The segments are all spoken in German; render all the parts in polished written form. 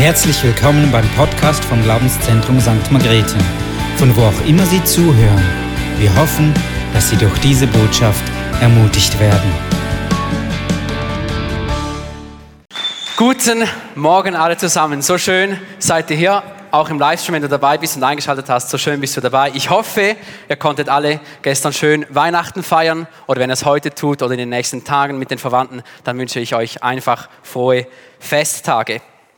Herzlich willkommen beim Podcast vom Glaubenszentrum St. Margrethe, von wo auch immer Sie zuhören. Wir hoffen, dass Sie durch diese Botschaft ermutigt werden. Guten Morgen alle zusammen. So schön seid ihr hier, auch im Livestream, wenn du dabei bist und eingeschaltet hast. So schön bist du dabei. Ich hoffe, ihr konntet alle gestern schön Weihnachten feiern oder wenn ihr es heute tut oder in den nächsten Tagen mit den Verwandten, dann wünsche ich euch einfach frohe Festtage.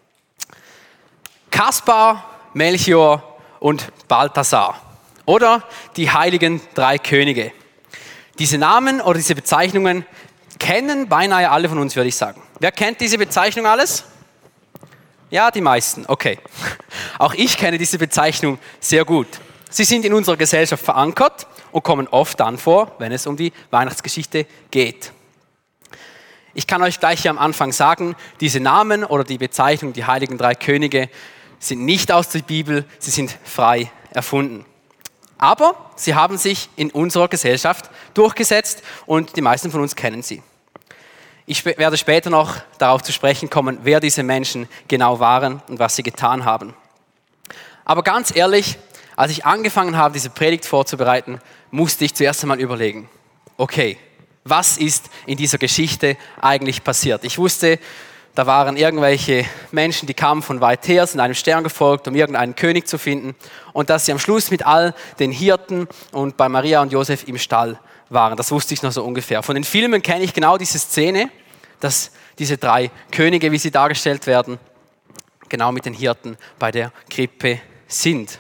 Kaspar, Melchior und Balthasar oder die heiligen drei Könige. Diese Namen oder diese Bezeichnungen kennen beinahe alle von uns, würde ich sagen. Wer kennt diese Bezeichnung alles? Ja, die meisten, okay. Auch ich kenne diese Bezeichnung sehr gut. Sie sind in unserer Gesellschaft verankert und kommen oft dann vor, wenn es um die Weihnachtsgeschichte geht. Ich kann euch gleich hier am Anfang sagen, diese Namen oder die Bezeichnung, die heiligen drei Könige, sind nicht aus der Bibel, sie sind frei erfunden. Aber sie haben sich in unserer Gesellschaft durchgesetzt und die meisten von uns kennen sie. Ich werde später noch darauf zu sprechen kommen, wer diese Menschen genau waren und was sie getan haben. Aber ganz ehrlich, als ich angefangen habe, diese Predigt vorzubereiten, musste ich zuerst einmal überlegen, okay, was ist in dieser Geschichte eigentlich passiert? Ich wusste, da waren irgendwelche Menschen, die kamen von weit her, sind einem Stern gefolgt, um irgendeinen König zu finden und dass sie am Schluss mit all den Hirten und bei Maria und Josef im Stall waren. Das wusste ich noch so ungefähr. Von den Filmen kenne ich genau diese Szene, dass diese drei Könige, wie sie dargestellt werden, genau mit den Hirten bei der Krippe sind.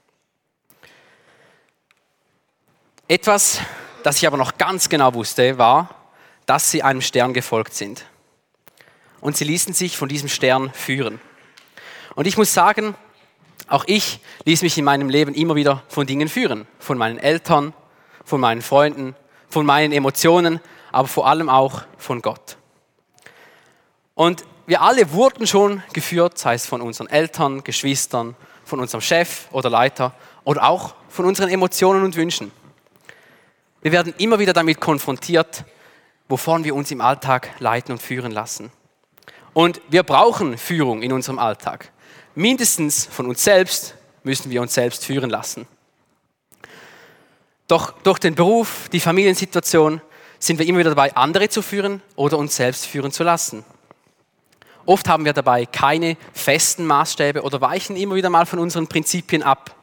Etwas, das ich aber noch ganz genau wusste, war, dass sie einem Stern gefolgt sind. Und sie ließen sich von diesem Stern führen. Und ich muss sagen, auch ich ließ mich in meinem Leben immer wieder von Dingen führen. Von meinen Eltern, von meinen Freunden, von meinen Emotionen, aber vor allem auch von Gott. Und wir alle wurden schon geführt, sei es von unseren Eltern, Geschwistern, von unserem Chef oder Leiter oder auch von unseren Emotionen und Wünschen. Wir werden immer wieder damit konfrontiert, wovon wir uns im Alltag leiten und führen lassen. Und wir brauchen Führung in unserem Alltag. Mindestens von uns selbst müssen wir uns selbst führen lassen. Doch durch den Beruf, die Familiensituation sind wir immer wieder dabei, andere zu führen oder uns selbst führen zu lassen. Oft haben wir dabei keine festen Maßstäbe oder weichen immer wieder mal von unseren Prinzipien ab.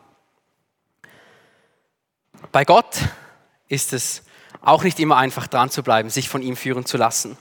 Bei Gott ist es auch nicht immer einfach dran zu bleiben, sich von ihm führen zu lassen.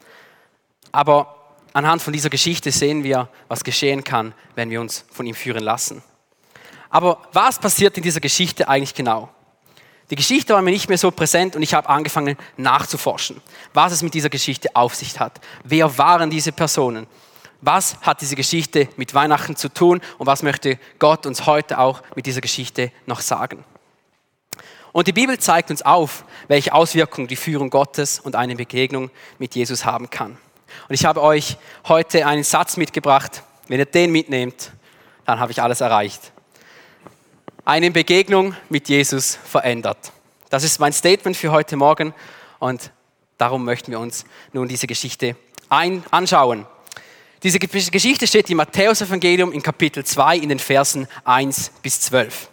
Aber anhand von dieser Geschichte sehen wir, was geschehen kann, wenn wir uns von ihm führen lassen. Aber was passiert in dieser Geschichte eigentlich genau? Die Geschichte war mir nicht mehr so präsent und ich habe angefangen nachzuforschen, was es mit dieser Geschichte auf sich hat. Wer waren diese Personen? Was hat diese Geschichte mit Weihnachten zu tun und was möchte Gott uns heute auch mit dieser Geschichte noch sagen? Und die Bibel zeigt uns auf, welche Auswirkungen die Führung Gottes und eine Begegnung mit Jesus haben kann. Und ich habe euch heute einen Satz mitgebracht. Wenn ihr den mitnehmt, dann habe ich alles erreicht. Eine Begegnung mit Jesus verändert. Das ist mein Statement für heute Morgen und darum möchten wir uns nun diese Geschichte anschauen. Diese Geschichte steht im Matthäus-Evangelium in Kapitel 2 in den Versen 1 bis 12.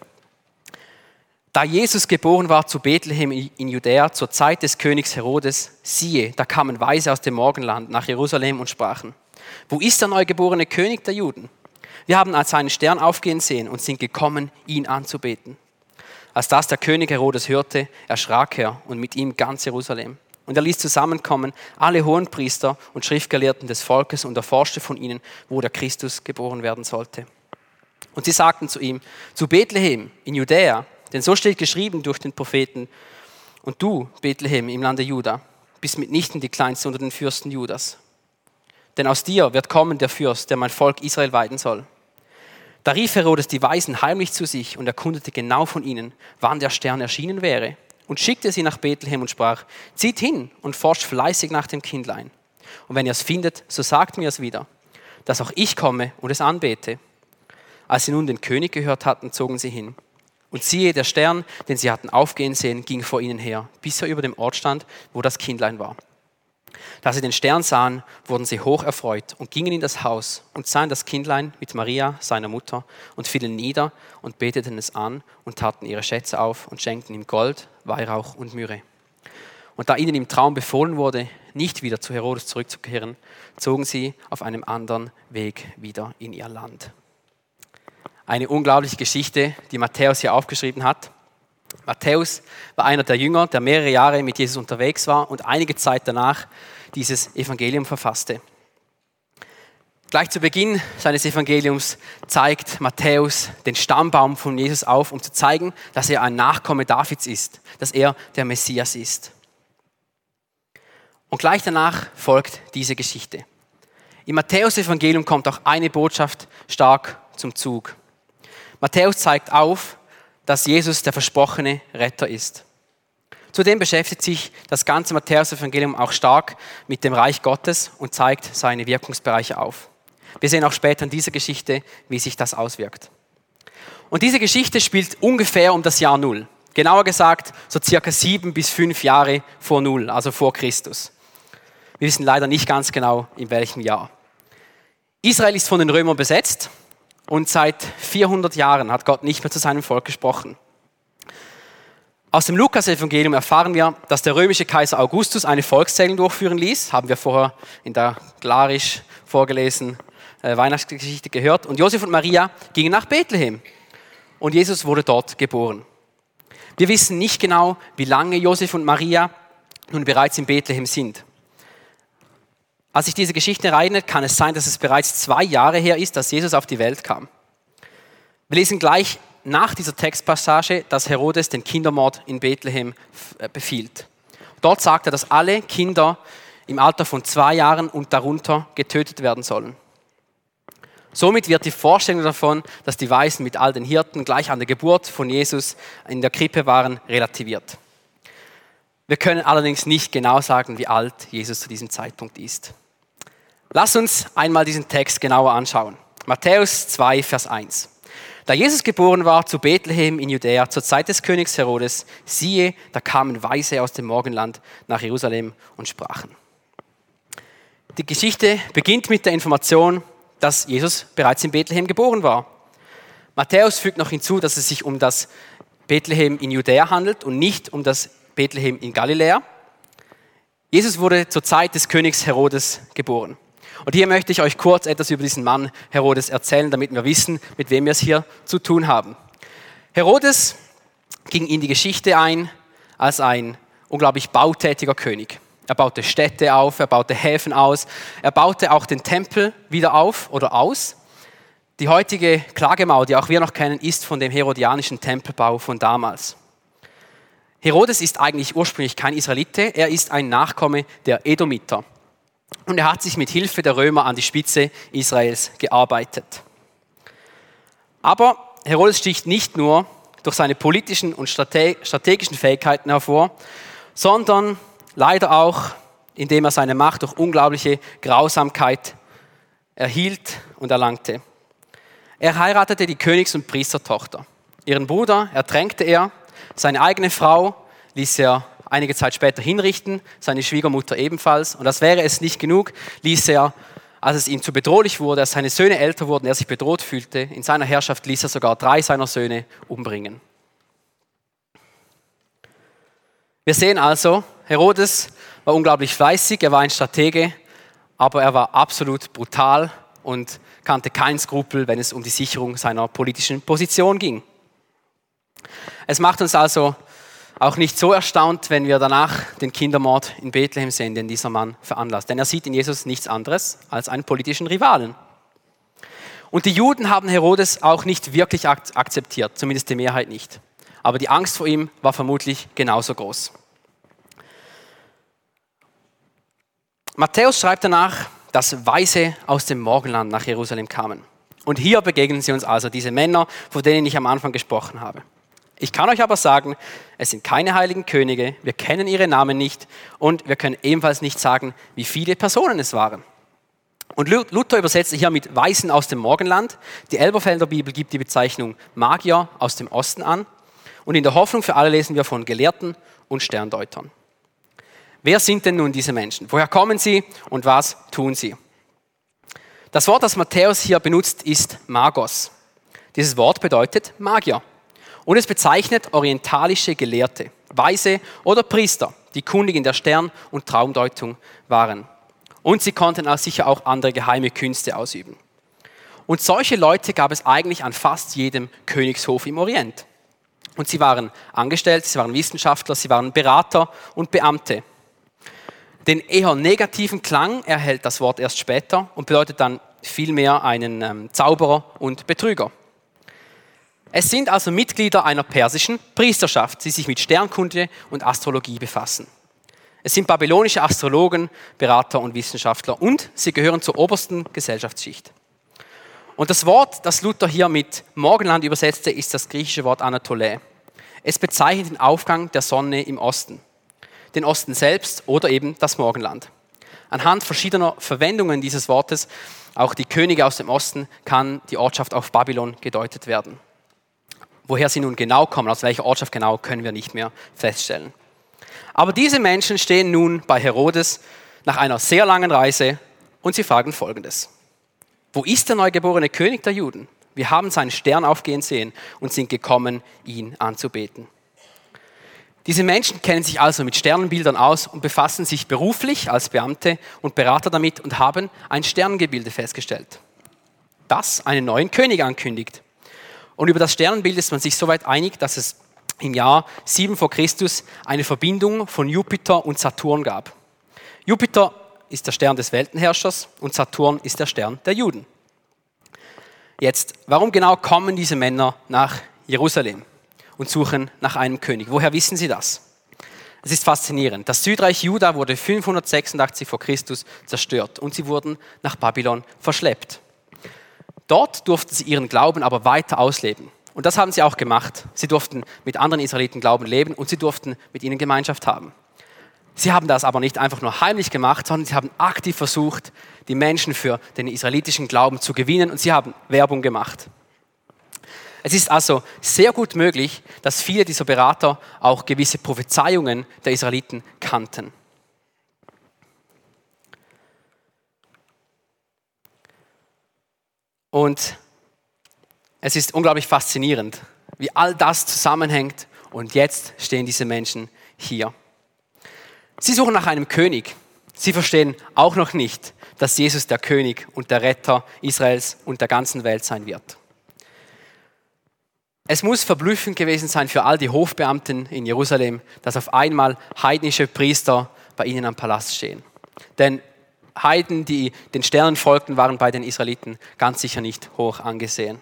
Da Jesus geboren war zu Bethlehem in Judäa zur Zeit des Königs Herodes, siehe, da kamen Weise aus dem Morgenland nach Jerusalem und sprachen: Wo ist der neugeborene König der Juden? Wir haben als seinen Stern aufgehen sehen und sind gekommen, ihn anzubeten. Als das der König Herodes hörte, erschrak er und mit ihm ganz Jerusalem. Und er ließ zusammenkommen alle Hohenpriester und Schriftgelehrten des Volkes und erforschte von ihnen, wo der Christus geboren werden sollte. Und sie sagten zu ihm: Zu Bethlehem in Judäa, denn so steht geschrieben durch den Propheten: Und du, Bethlehem im Lande Juda, bist mitnichten die kleinste unter den Fürsten Judas. Denn aus dir wird kommen der Fürst, der mein Volk Israel weiden soll. Da rief Herodes die Weisen heimlich zu sich und erkundete genau von ihnen, wann der Stern erschienen wäre, und schickte sie nach Bethlehem und sprach: Zieht hin und forscht fleißig nach dem Kindlein. Und wenn ihr es findet, so sagt mir es wieder, dass auch ich komme und es anbete. Als sie nun den König gehört hatten, zogen sie hin. Und siehe, der Stern, den sie hatten aufgehen sehen, ging vor ihnen her, bis er über dem Ort stand, wo das Kindlein war. Da sie den Stern sahen, wurden sie hoch erfreut und gingen in das Haus und sahen das Kindlein mit Maria, seiner Mutter, und fielen nieder und beteten es an und taten ihre Schätze auf und schenkten ihm Gold, Weihrauch und Myrrhe. Und da ihnen im Traum befohlen wurde, nicht wieder zu Herodes zurückzukehren, zogen sie auf einem anderen Weg wieder in ihr Land. Eine unglaubliche Geschichte, die Matthäus hier aufgeschrieben hat. Matthäus war einer der Jünger, der mehrere Jahre mit Jesus unterwegs war und einige Zeit danach dieses Evangelium verfasste. Gleich zu Beginn seines Evangeliums zeigt Matthäus den Stammbaum von Jesus auf, um zu zeigen, dass er ein Nachkomme Davids ist, dass er der Messias ist. Und gleich danach folgt diese Geschichte. Im Matthäus-Evangelium kommt auch eine Botschaft stark zum Zug. Matthäus zeigt auf, dass Jesus der versprochene Retter ist. Zudem beschäftigt sich das ganze Matthäus-Evangelium auch stark mit dem Reich Gottes und zeigt seine Wirkungsbereiche auf. Wir sehen auch später in dieser Geschichte, wie sich das auswirkt. Und diese Geschichte spielt ungefähr um das Jahr Null. Genauer gesagt, so circa 7 bis 5 Jahre vor Null, also vor Christus. Wir wissen leider nicht ganz genau, in welchem Jahr. Israel ist von den Römern besetzt. Und seit 400 Jahren hat Gott nicht mehr zu seinem Volk gesprochen. Aus dem Lukas-Evangelium erfahren wir, dass der römische Kaiser Augustus eine Volkszählung durchführen ließ. Haben wir vorher in der klarisch vorgelesenen Weihnachtsgeschichte gehört. Und Josef und Maria gingen nach Bethlehem. Und Jesus wurde dort geboren. Wir wissen nicht genau, wie lange Josef und Maria nun bereits in Bethlehem sind. Als ich diese Geschichte erinnere, kann es sein, dass es bereits 2 Jahre her ist, dass Jesus auf die Welt kam. Wir lesen gleich nach dieser Textpassage, dass Herodes den Kindermord in Bethlehem befiehlt. Dort sagt er, dass alle Kinder im Alter von 2 Jahren und darunter getötet werden sollen. Somit wird die Vorstellung davon, dass die Weisen mit all den Hirten gleich an der Geburt von Jesus in der Krippe waren, relativiert. Wir können allerdings nicht genau sagen, wie alt Jesus zu diesem Zeitpunkt ist. Lass uns einmal diesen Text genauer anschauen. Matthäus 2, Vers 1. Da Jesus geboren war zu Bethlehem in Judäa zur Zeit des Königs Herodes, siehe, da kamen Weise aus dem Morgenland nach Jerusalem und sprachen. Die Geschichte beginnt mit der Information, dass Jesus bereits in Bethlehem geboren war. Matthäus fügt noch hinzu, dass es sich um das Bethlehem in Judäa handelt und nicht um das Bethlehem in Galiläa. Jesus wurde zur Zeit des Königs Herodes geboren. Und hier möchte ich euch kurz etwas über diesen Mann Herodes erzählen, damit wir wissen, mit wem wir es hier zu tun haben. Herodes ging in die Geschichte ein als ein unglaublich bautätiger König. Er baute Städte auf, er baute Häfen aus, er baute auch den Tempel wieder auf oder aus. Die heutige Klagemauer, die auch wir noch kennen, ist von dem herodianischen Tempelbau von damals. Herodes ist eigentlich ursprünglich kein Israelite, er ist ein Nachkomme der Edomiter. Und er hat sich mit Hilfe der Römer an die Spitze Israels gearbeitet. Aber Herodes sticht nicht nur durch seine politischen und strategischen Fähigkeiten hervor, sondern leider auch, indem er seine Macht durch unglaubliche Grausamkeit erhielt und erlangte. Er heiratete die Königs- und Priestertochter. Ihren Bruder ertränkte er, seine eigene Frau ließ er einige Zeit später hinrichten, seine Schwiegermutter ebenfalls. Und als wäre es nicht genug, ließ er, als es ihm zu bedrohlich wurde, als seine Söhne älter wurden, er sich bedroht fühlte, in seiner Herrschaft ließ er sogar 3 seiner Söhne umbringen. Wir sehen also, Herodes war unglaublich fleißig, er war ein Stratege, aber er war absolut brutal und kannte keinen Skrupel, wenn es um die Sicherung seiner politischen Position ging. Es macht uns also auch nicht so erstaunt, wenn wir danach den Kindermord in Bethlehem sehen, den dieser Mann veranlasst. Denn er sieht in Jesus nichts anderes als einen politischen Rivalen. Und die Juden haben Herodes auch nicht wirklich akzeptiert, zumindest die Mehrheit nicht. Aber die Angst vor ihm war vermutlich genauso groß. Matthäus schreibt danach, dass Weise aus dem Morgenland nach Jerusalem kamen. Und hier begegnen sie uns also diese Männer, von denen ich am Anfang gesprochen habe. Ich kann euch aber sagen, es sind keine heiligen Könige, wir kennen ihre Namen nicht und wir können ebenfalls nicht sagen, wie viele Personen es waren. Und Luther übersetzte hier mit Weisen aus dem Morgenland. Die Elberfelder Bibel gibt die Bezeichnung Magier aus dem Osten an. Und in der Hoffnung für alle lesen wir von Gelehrten und Sterndeutern. Wer sind denn nun diese Menschen? Woher kommen sie und was tun sie? Das Wort, das Matthäus hier benutzt, ist Magos. Dieses Wort bedeutet Magier. Und es bezeichnet orientalische Gelehrte, Weise oder Priester, die kundig in der Stern- und Traumdeutung waren. Und sie konnten auch sicher auch andere geheime Künste ausüben. Und solche Leute gab es eigentlich an fast jedem Königshof im Orient. Und sie waren Angestellte, sie waren Wissenschaftler, sie waren Berater und Beamte. Den eher negativen Klang erhält das Wort erst später und bedeutet dann vielmehr einen Zauberer und Betrüger. Es sind also Mitglieder einer persischen Priesterschaft, die sich mit Sternkunde und Astrologie befassen. Es sind babylonische Astrologen, Berater und Wissenschaftler und sie gehören zur obersten Gesellschaftsschicht. Und das Wort, das Luther hier mit Morgenland übersetzte, ist das griechische Wort Anatole. Es bezeichnet den Aufgang der Sonne im Osten, den Osten selbst oder eben das Morgenland. Anhand verschiedener Verwendungen dieses Wortes, auch die Könige aus dem Osten, kann die Ortschaft auf Babylon gedeutet werden. Woher sie nun genau kommen, aus welcher Ortschaft genau, können wir nicht mehr feststellen. Aber diese Menschen stehen nun bei Herodes nach einer sehr langen Reise und sie fragen Folgendes. Wo ist der neugeborene König der Juden? Wir haben seinen Stern aufgehen sehen und sind gekommen, ihn anzubeten. Diese Menschen kennen sich also mit Sternenbildern aus und befassen sich beruflich als Beamte und Berater damit und haben ein Sternengebilde festgestellt, das einen neuen König ankündigt. Und über das Sternenbild ist man sich soweit einig, dass es im Jahr 7 vor Christus eine Verbindung von Jupiter und Saturn gab. Jupiter ist der Stern des Weltenherrschers und Saturn ist der Stern der Juden. Jetzt, warum genau kommen diese Männer nach Jerusalem und suchen nach einem König? Woher wissen sie das? Es ist faszinierend. Das Südreich Juda wurde 586 vor Christus zerstört und sie wurden nach Babylon verschleppt. Dort durften sie ihren Glauben aber weiter ausleben. Und das haben sie auch gemacht. Sie durften mit anderen Israeliten Glauben leben und sie durften mit ihnen Gemeinschaft haben. Sie haben das aber nicht einfach nur heimlich gemacht, sondern sie haben aktiv versucht, die Menschen für den israelitischen Glauben zu gewinnen und sie haben Werbung gemacht. Es ist also sehr gut möglich, dass viele dieser Berater auch gewisse Prophezeiungen der Israeliten kannten. Und es ist unglaublich faszinierend, wie all das zusammenhängt und jetzt stehen diese Menschen hier. Sie suchen nach einem König. Sie verstehen auch noch nicht, dass Jesus der König und der Retter Israels und der ganzen Welt sein wird. Es muss verblüffend gewesen sein für all die Hofbeamten in Jerusalem, dass auf einmal heidnische Priester bei ihnen am Palast stehen. Denn Heiden, die den Sternen folgten, waren bei den Israeliten ganz sicher nicht hoch angesehen.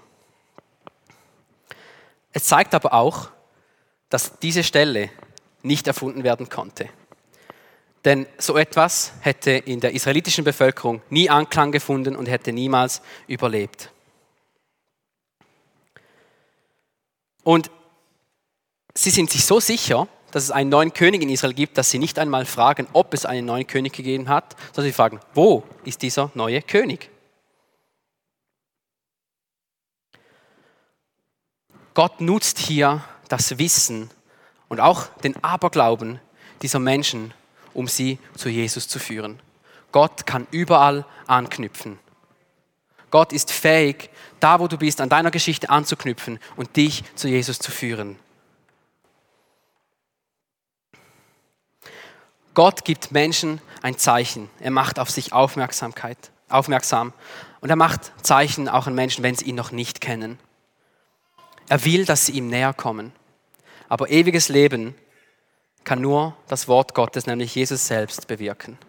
Es zeigt aber auch, dass diese Stelle nicht erfunden werden konnte. Denn so etwas hätte in der israelitischen Bevölkerung nie Anklang gefunden und hätte niemals überlebt. Und sie sind sich so sicher, dass es einen neuen König in Israel gibt, dass sie nicht einmal fragen, ob es einen neuen König gegeben hat, sondern sie fragen, wo ist dieser neue König? Gott nutzt hier das Wissen und auch den Aberglauben dieser Menschen, um sie zu Jesus zu führen. Gott kann überall anknüpfen. Gott ist fähig, da wo du bist, an deiner Geschichte anzuknüpfen und dich zu Jesus zu führen. Gott gibt Menschen ein Zeichen. Er macht auf sich aufmerksam und er macht Zeichen auch an Menschen, wenn sie ihn noch nicht kennen. Er will, dass sie ihm näher kommen. Aber ewiges Leben kann nur das Wort Gottes, nämlich Jesus selbst, bewirken.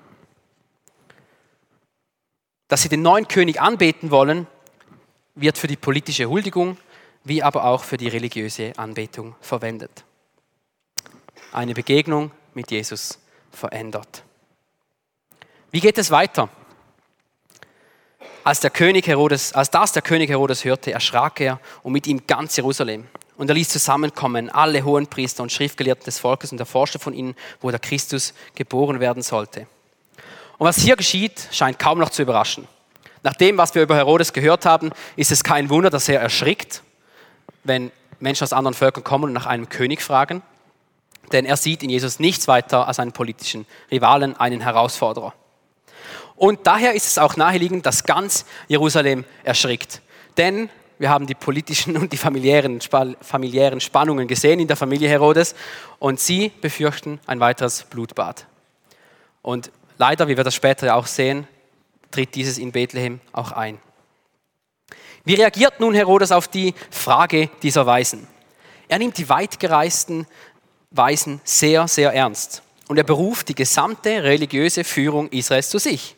Dass sie den neuen König anbeten wollen, wird für die politische Huldigung, wie aber auch für die religiöse Anbetung verwendet. Eine Begegnung mit Jesus verändert. Wie geht es weiter? Als das der König Herodes hörte, erschrak er und mit ihm ganz Jerusalem. Und er ließ zusammenkommen alle Hohenpriester und Schriftgelehrten des Volkes und erforschte von ihnen, wo der Christus geboren werden sollte. Und was hier geschieht, scheint kaum noch zu überraschen. Nach dem, was wir über Herodes gehört haben, ist es kein Wunder, dass er erschrickt, wenn Menschen aus anderen Völkern kommen und nach einem König fragen. Denn er sieht in Jesus nichts weiter als einen politischen Rivalen, einen Herausforderer. Und daher ist es auch naheliegend, dass ganz Jerusalem erschrickt. Denn wir haben die politischen und die familiären Spannungen gesehen in der Familie Herodes und sie befürchten ein weiteres Blutbad. Und leider, wie wir das später auch sehen, tritt dieses in Bethlehem auch ein. Wie reagiert nun Herodes auf die Frage dieser Weisen? Er nimmt die weitgereisten Weisen sehr, sehr ernst und er beruft die gesamte religiöse Führung Israels zu sich.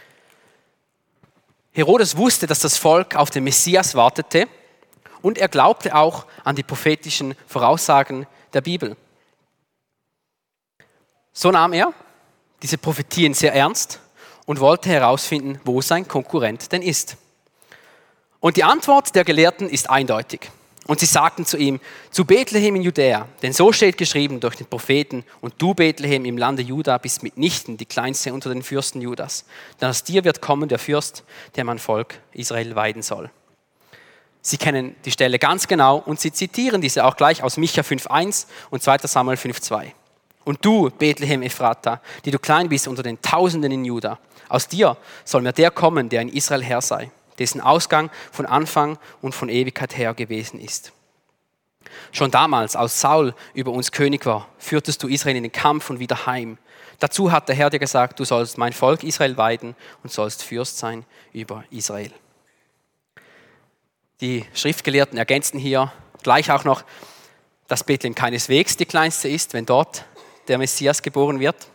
Herodes wusste, dass das Volk auf den Messias wartete und er glaubte auch an die prophetischen Voraussagen der Bibel. So nahm er diese Prophetien sehr ernst und wollte herausfinden, wo sein Konkurrent denn ist. Und die Antwort der Gelehrten ist eindeutig. Und sie sagten zu ihm, zu Bethlehem in Judäa, denn so steht geschrieben durch den Propheten, und du Bethlehem im Lande Juda bist mitnichten die kleinste unter den Fürsten Judas. Denn aus dir wird kommen der Fürst, der mein Volk Israel weiden soll. Sie kennen die Stelle ganz genau und sie zitieren diese auch gleich aus Micha 5,1 und 2. Samuel 5,2. Und du, Bethlehem Ephrata, die du klein bist unter den Tausenden in Juda, aus dir soll mir der kommen, der in Israel Herr sei, dessen Ausgang von Anfang und von Ewigkeit her gewesen ist. Schon damals, als Saul über uns König war, führtest du Israel in den Kampf und wieder heim. Dazu hat der Herr dir gesagt, du sollst mein Volk Israel weiden und sollst Fürst sein über Israel. Die Schriftgelehrten ergänzen hier gleich auch noch, dass Bethlehem keineswegs die kleinste ist, wenn dort der Messias geboren wird.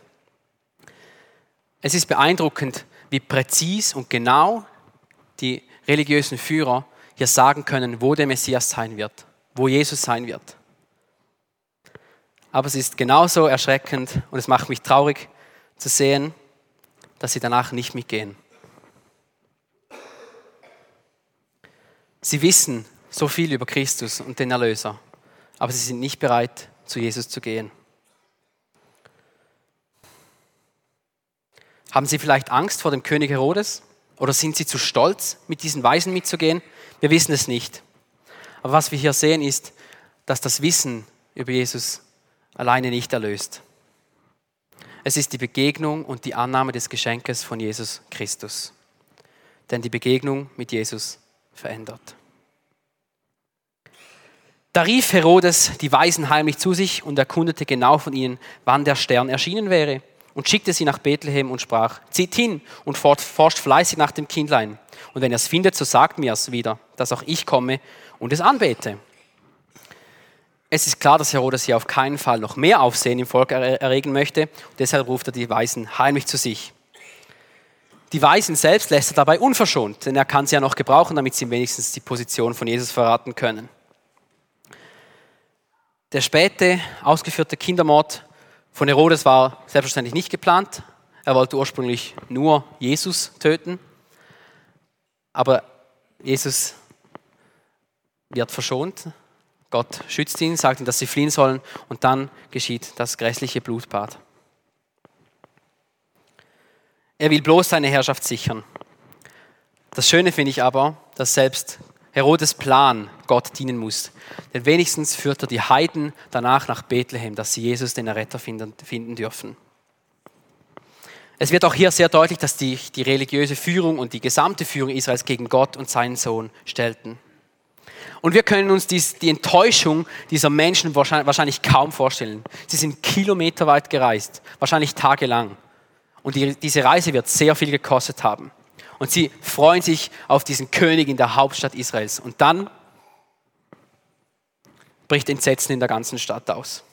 Es ist beeindruckend, wie präzis und genau die religiösen Führer hier sagen können, wo der Messias sein wird, wo Jesus sein wird. Aber es ist genauso erschreckend und es macht mich traurig zu sehen, dass sie danach nicht mitgehen. Sie wissen so viel über Christus und den Erlöser, aber sie sind nicht bereit, zu Jesus zu gehen. Haben sie vielleicht Angst vor dem König Herodes? Oder sind sie zu stolz, mit diesen Weisen mitzugehen? Wir wissen es nicht. Aber was wir hier sehen ist, dass das Wissen über Jesus alleine nicht erlöst. Es ist die Begegnung und die Annahme des Geschenkes von Jesus Christus. Denn die Begegnung mit Jesus verändert. Da rief Herodes die Weisen heimlich zu sich und erkundete genau von ihnen, wann der Stern erschienen wäre. Und schickte sie nach Bethlehem und sprach, zieht hin und forscht fleißig nach dem Kindlein. Und wenn ihr es findet, so sagt mir es wieder, dass auch ich komme und es anbete. Es ist klar, dass Herodes hier auf keinen Fall noch mehr Aufsehen im Volk erregen möchte. Und deshalb ruft er die Weisen heimlich zu sich. Die Weisen selbst lässt er dabei unverschont, denn er kann sie ja noch gebrauchen, damit sie wenigstens die Position von Jesus verraten können. Der späte, ausgeführte Kindermord von Herodes war selbstverständlich nicht geplant. Er wollte ursprünglich nur Jesus töten. Aber Jesus wird verschont. Gott schützt ihn, sagt ihm, dass sie fliehen sollen. Und dann geschieht das grässliche Blutbad. Er will bloß seine Herrschaft sichern. Das Schöne finde ich aber, dass selbst Herodes Plan Gott dienen muss. Denn wenigstens führt er die Heiden danach nach Bethlehem, dass sie Jesus, den Erretter, finden dürfen. Es wird auch hier sehr deutlich, dass die religiöse Führung und die gesamte Führung Israels gegen Gott und seinen Sohn stellten. Und wir können uns die Enttäuschung dieser Menschen wahrscheinlich kaum vorstellen. Sie sind kilometerweit gereist, wahrscheinlich tagelang. Und diese Reise wird sehr viel gekostet haben. Und sie freuen sich auf diesen König in der Hauptstadt Israels. Und dann bricht Entsetzen in der ganzen Stadt aus.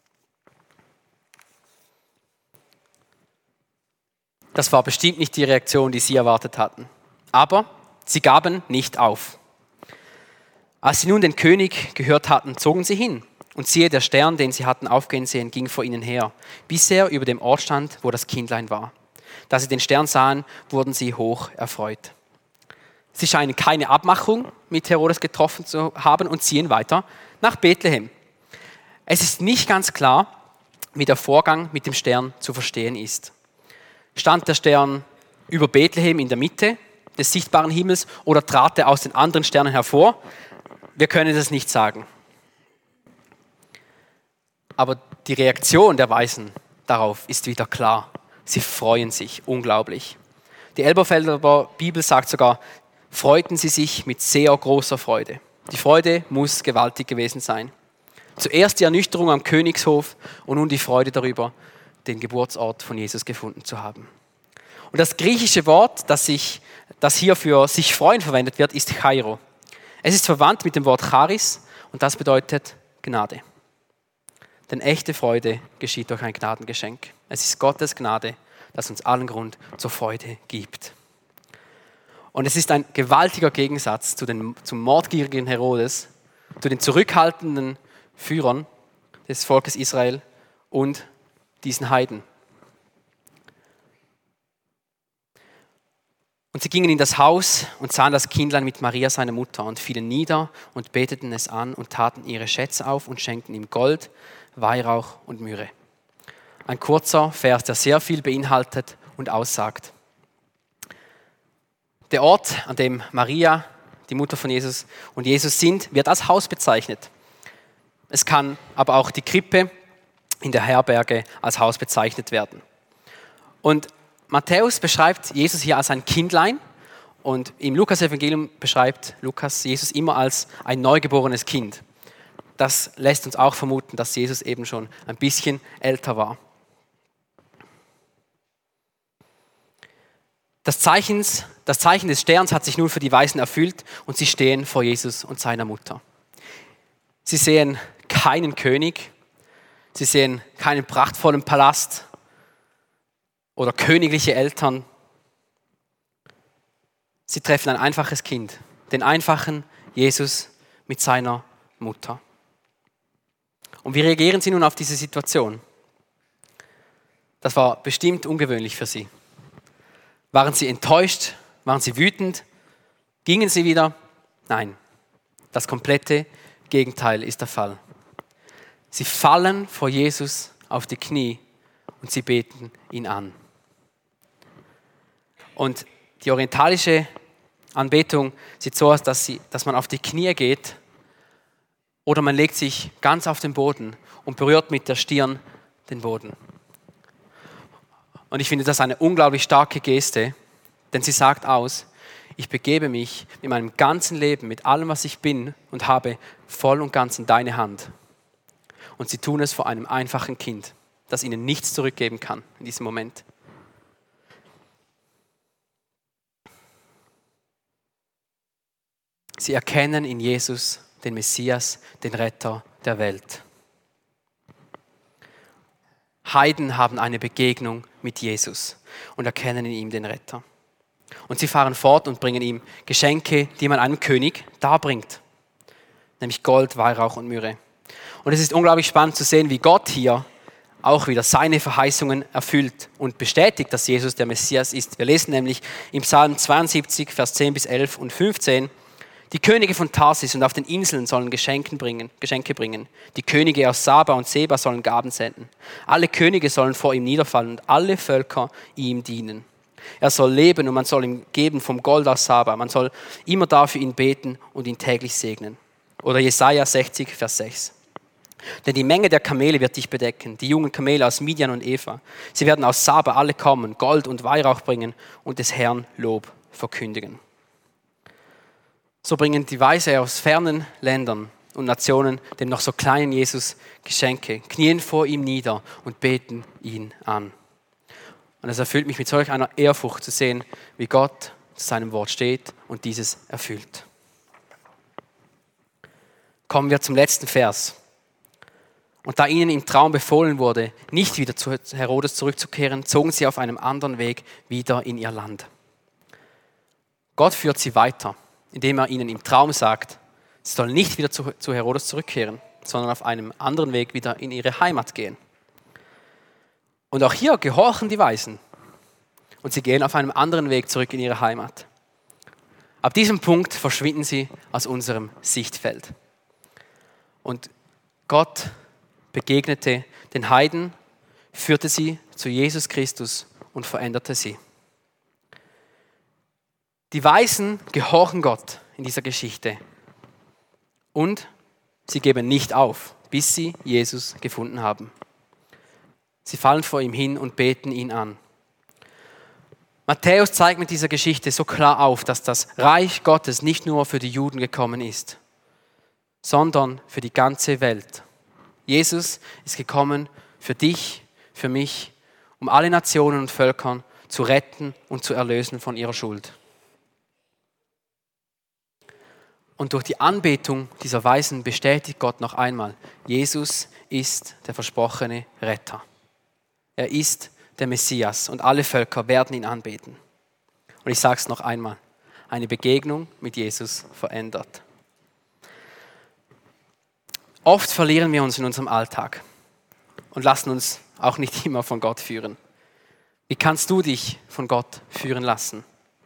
Das war bestimmt nicht die Reaktion, die sie erwartet hatten. Aber sie gaben nicht auf. Als sie nun den König gehört hatten, zogen sie hin. Und siehe, der Stern, den sie hatten aufgehen sehen, ging vor ihnen her, bis er über dem Ort stand, wo das Kindlein war. Da sie den Stern sahen, wurden sie hoch erfreut. Sie scheinen keine Abmachung mit Herodes getroffen zu haben und ziehen weiter nach Bethlehem. Es ist nicht ganz klar, wie der Vorgang mit dem Stern zu verstehen ist. Stand der Stern über Bethlehem in der Mitte des sichtbaren Himmels oder trat er aus den anderen Sternen hervor? Wir können das nicht sagen. Aber die Reaktion der Weisen darauf ist wieder klar. Sie freuen sich unglaublich. Die Elberfelder Bibel sagt sogar, freuten sie sich mit sehr großer Freude. Die Freude muss gewaltig gewesen sein. Zuerst die Ernüchterung am Königshof und nun die Freude darüber, den Geburtsort von Jesus gefunden zu haben. Und das griechische Wort, das hier für sich freuen verwendet wird, ist Chairo. Es ist verwandt mit dem Wort Charis und das bedeutet Gnade. Denn echte Freude geschieht durch ein Gnadengeschenk. Es ist Gottes Gnade, das uns allen Grund zur Freude gibt. Und es ist ein gewaltiger Gegensatz zum mordgierigen Herodes, zu den zurückhaltenden Führern des Volkes Israel und diesen Heiden. Und sie gingen in das Haus und sahen das Kindlein mit Maria, seiner Mutter, und fielen nieder und beteten es an und taten ihre Schätze auf und schenkten ihm Gold, Weihrauch und Myrrhe. Ein kurzer Vers, der sehr viel beinhaltet und aussagt. Der Ort, an dem Maria, die Mutter von Jesus, und Jesus sind, wird als Haus bezeichnet. Es kann aber auch die Krippe in der Herberge als Haus bezeichnet werden. Und Matthäus beschreibt Jesus hier als ein Kindlein und im Lukas-Evangelium beschreibt Lukas Jesus immer als ein neugeborenes Kind. Das lässt uns auch vermuten, dass Jesus eben schon ein bisschen älter war. Das Zeichen des Sterns hat sich nun für die Weisen erfüllt und sie stehen vor Jesus und seiner Mutter. Sie sehen keinen König, sie sehen keinen prachtvollen Palast oder königliche Eltern. Sie treffen ein einfaches Kind, den einfachen Jesus mit seiner Mutter. Und wie reagieren sie nun auf diese Situation? Das war bestimmt ungewöhnlich für sie. Waren sie enttäuscht? Waren sie wütend? Gingen sie wieder? Nein, das komplette Gegenteil ist der Fall. Sie fallen vor Jesus auf die Knie und sie beten ihn an. Und die orientalische Anbetung sieht so aus, dass man auf die Knie geht oder man legt sich ganz auf den Boden und berührt mit der Stirn den Boden. Und ich finde das eine unglaublich starke Geste, denn sie sagt aus, ich begebe mich mit meinem ganzen Leben, mit allem, was ich bin und habe, voll und ganz in deine Hand. Und sie tun es vor einem einfachen Kind, das ihnen nichts zurückgeben kann in diesem Moment. Sie erkennen in Jesus den Messias, den Retter der Welt. Heiden haben eine Begegnung mit Jesus und erkennen in ihm den Retter. Und sie fahren fort und bringen ihm Geschenke, die man einem König darbringt, nämlich Gold, Weihrauch und Myrrhe. Und es ist unglaublich spannend zu sehen, wie Gott hier auch wieder seine Verheißungen erfüllt und bestätigt, dass Jesus der Messias ist. Wir lesen nämlich im Psalm 72, Vers 10 bis 11 und 15, die Könige von Tarsis und auf den Inseln sollen Geschenke bringen. Die Könige aus Saba und Seba sollen Gaben senden. Alle Könige sollen vor ihm niederfallen und alle Völker ihm dienen. Er soll leben und man soll ihm geben vom Gold aus Saba. Man soll immer da für ihn beten und ihn täglich segnen. Oder Jesaja 60, Vers 6. Denn die Menge der Kamele wird dich bedecken, die jungen Kamele aus Midian und Eva. Sie werden aus Saba alle kommen, Gold und Weihrauch bringen und des Herrn Lob verkündigen. So bringen die Weise aus fernen Ländern und Nationen dem noch so kleinen Jesus Geschenke, knien vor ihm nieder und beten ihn an. Und es erfüllt mich mit solch einer Ehrfurcht zu sehen, wie Gott zu seinem Wort steht und dieses erfüllt. Kommen wir zum letzten Vers. Und da ihnen im Traum befohlen wurde, nicht wieder zu Herodes zurückzukehren, zogen sie auf einem anderen Weg wieder in ihr Land. Gott führt sie weiter, indem er ihnen im Traum sagt, sie sollen nicht wieder zu Herodes zurückkehren, sondern auf einem anderen Weg wieder in ihre Heimat gehen. Und auch hier gehorchen die Weisen und sie gehen auf einem anderen Weg zurück in ihre Heimat. Ab diesem Punkt verschwinden sie aus unserem Sichtfeld. Und Gott begegnete den Heiden, führte sie zu Jesus Christus und veränderte sie. Die Weisen gehorchen Gott in dieser Geschichte und sie geben nicht auf, bis sie Jesus gefunden haben. Sie fallen vor ihm hin und beten ihn an. Matthäus zeigt mit dieser Geschichte so klar auf, dass das Reich Gottes nicht nur für die Juden gekommen ist, sondern für die ganze Welt. Jesus ist gekommen für dich, für mich, um alle Nationen und Völkern zu retten und zu erlösen von ihrer Schuld. Und durch die Anbetung dieser Weisen bestätigt Gott noch einmal, Jesus ist der versprochene Retter. Er ist der Messias und alle Völker werden ihn anbeten. Und ich sage es noch einmal, eine Begegnung mit Jesus verändert. Oft verlieren wir uns in unserem Alltag und lassen uns auch nicht immer von Gott führen. Wie kannst du dich von Gott führen lassen?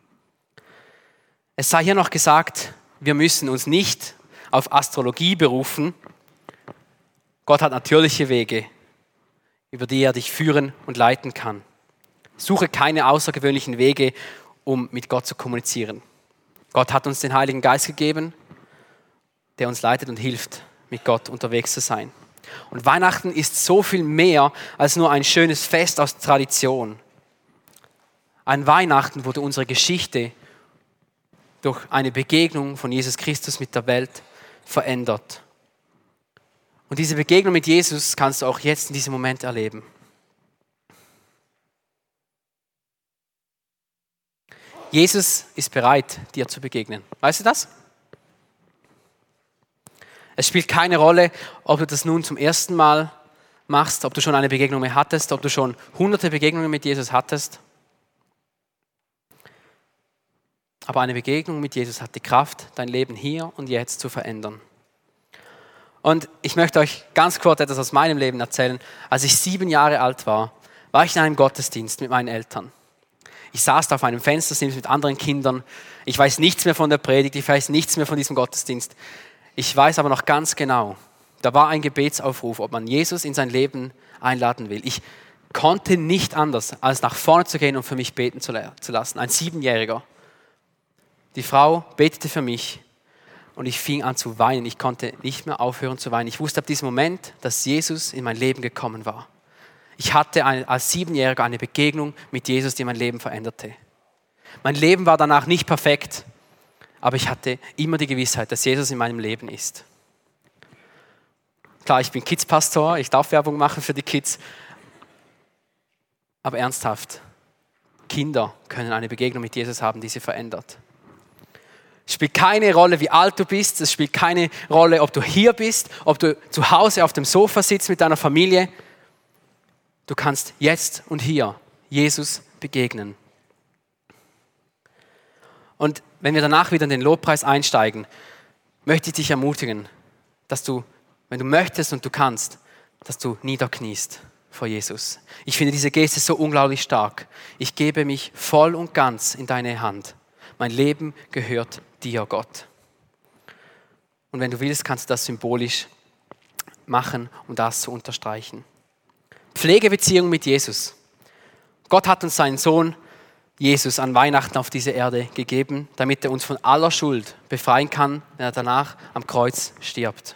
Es sei hier noch gesagt, wir müssen uns nicht auf Astrologie berufen. Gott hat natürliche Wege, über die er dich führen und leiten kann. Suche keine außergewöhnlichen Wege, um mit Gott zu kommunizieren. Gott hat uns den Heiligen Geist gegeben, der uns leitet und hilft, mit Gott unterwegs zu sein. Und Weihnachten ist so viel mehr als nur ein schönes Fest aus Tradition. An Weihnachten wurde unsere Geschichte durch eine Begegnung von Jesus Christus mit der Welt verändert. Und diese Begegnung mit Jesus kannst du auch jetzt in diesem Moment erleben. Jesus ist bereit, dir zu begegnen. Weißt du das? Es spielt keine Rolle, ob du das nun zum ersten Mal machst, ob du schon eine Begegnung mehr hattest, ob du schon hunderte Begegnungen mit Jesus hattest. Aber eine Begegnung mit Jesus hat die Kraft, dein Leben hier und jetzt zu verändern. Und ich möchte euch ganz kurz etwas aus meinem Leben erzählen. Als ich 7 Jahre alt war ich in einem Gottesdienst mit meinen Eltern. Ich saß da auf einem Fenstersims mit anderen Kindern. Ich weiß nichts mehr von der Predigt, ich weiß nichts mehr von diesem Gottesdienst. Ich weiß aber noch ganz genau, da war ein Gebetsaufruf, ob man Jesus in sein Leben einladen will. Ich konnte nicht anders, als nach vorne zu gehen und für mich beten zu lassen. Ein 7-Jähriger. Die Frau betete für mich und ich fing an zu weinen. Ich konnte nicht mehr aufhören zu weinen. Ich wusste ab diesem Moment, dass Jesus in mein Leben gekommen war. Ich hatte als 7-Jähriger eine Begegnung mit Jesus, die mein Leben veränderte. Mein Leben war danach nicht perfekt, aber ich hatte immer die Gewissheit, dass Jesus in meinem Leben ist. Klar, ich bin Kids-Pastor, ich darf Werbung machen für die Kids. Aber ernsthaft, Kinder können eine Begegnung mit Jesus haben, die sie verändert. Es spielt keine Rolle, wie alt du bist, es spielt keine Rolle, ob du hier bist, ob du zu Hause auf dem Sofa sitzt mit deiner Familie. Du kannst jetzt und hier Jesus begegnen. Und wenn wir danach wieder in den Lobpreis einsteigen, möchte ich dich ermutigen, dass du, wenn du möchtest und du kannst, dass du niederkniest vor Jesus. Ich finde diese Geste so unglaublich stark. Ich gebe mich voll und ganz in deine Hand. Mein Leben gehört dir, Gott. Und wenn du willst, kannst du das symbolisch machen, um das zu unterstreichen. Pflegebeziehung mit Jesus. Gott hat uns seinen Sohn Jesus an Weihnachten auf diese Erde gegeben, damit er uns von aller Schuld befreien kann, wenn er danach am Kreuz stirbt.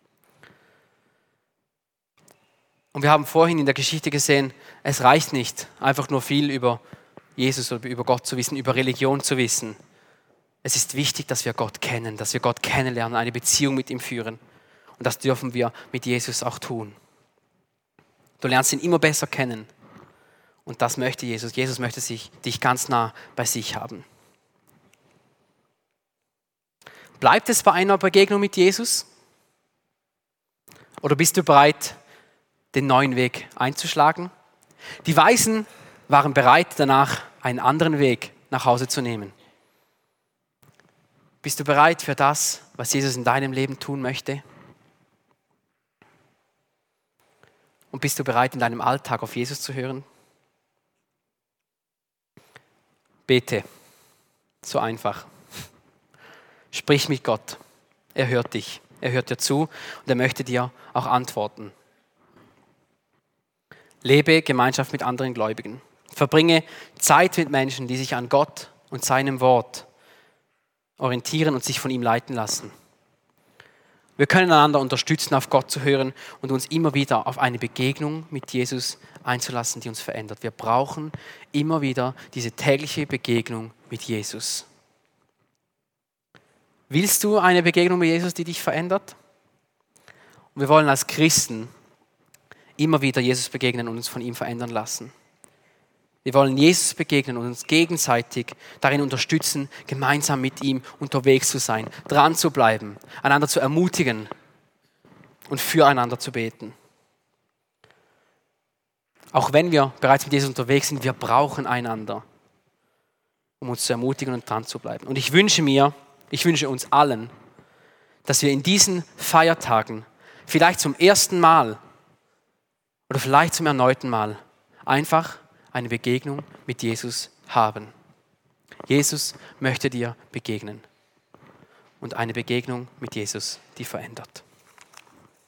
Und wir haben vorhin in der Geschichte gesehen, es reicht nicht, einfach nur viel über Jesus oder über Gott zu wissen, über Religion zu wissen. Es ist wichtig, dass wir Gott kennen, dass wir Gott kennenlernen, eine Beziehung mit ihm führen. Und das dürfen wir mit Jesus auch tun. Du lernst ihn immer besser kennen. Und das möchte Jesus. Jesus möchte dich ganz nah bei sich haben. Bleibt es bei einer Begegnung mit Jesus? Oder bist du bereit, den neuen Weg einzuschlagen? Die Weisen waren bereit, danach einen anderen Weg nach Hause zu nehmen. Bist du bereit für das, was Jesus in deinem Leben tun möchte? Und bist du bereit, in deinem Alltag auf Jesus zu hören? Bete. So einfach. Sprich mit Gott. Er hört dich. Er hört dir zu und er möchte dir auch antworten. Lebe Gemeinschaft mit anderen Gläubigen. Verbringe Zeit mit Menschen, die sich an Gott und seinem Wort orientieren und sich von ihm leiten lassen. Wir können einander unterstützen, auf Gott zu hören und uns immer wieder auf eine Begegnung mit Jesus einzulassen, die uns verändert. Wir brauchen immer wieder diese tägliche Begegnung mit Jesus. Willst du eine Begegnung mit Jesus, die dich verändert? Und wir wollen als Christen immer wieder Jesus begegnen und uns von ihm verändern lassen. Wir wollen Jesus begegnen und uns gegenseitig darin unterstützen, gemeinsam mit ihm unterwegs zu sein, dran zu bleiben, einander zu ermutigen und füreinander zu beten. Auch wenn wir bereits mit Jesus unterwegs sind, wir brauchen einander, um uns zu ermutigen und dran zu bleiben. Und ich wünsche uns allen, dass wir in diesen Feiertagen vielleicht zum ersten Mal oder vielleicht zum erneuten Mal einfach eine Begegnung mit Jesus haben. Jesus möchte dir begegnen und eine Begegnung mit Jesus, die verändert.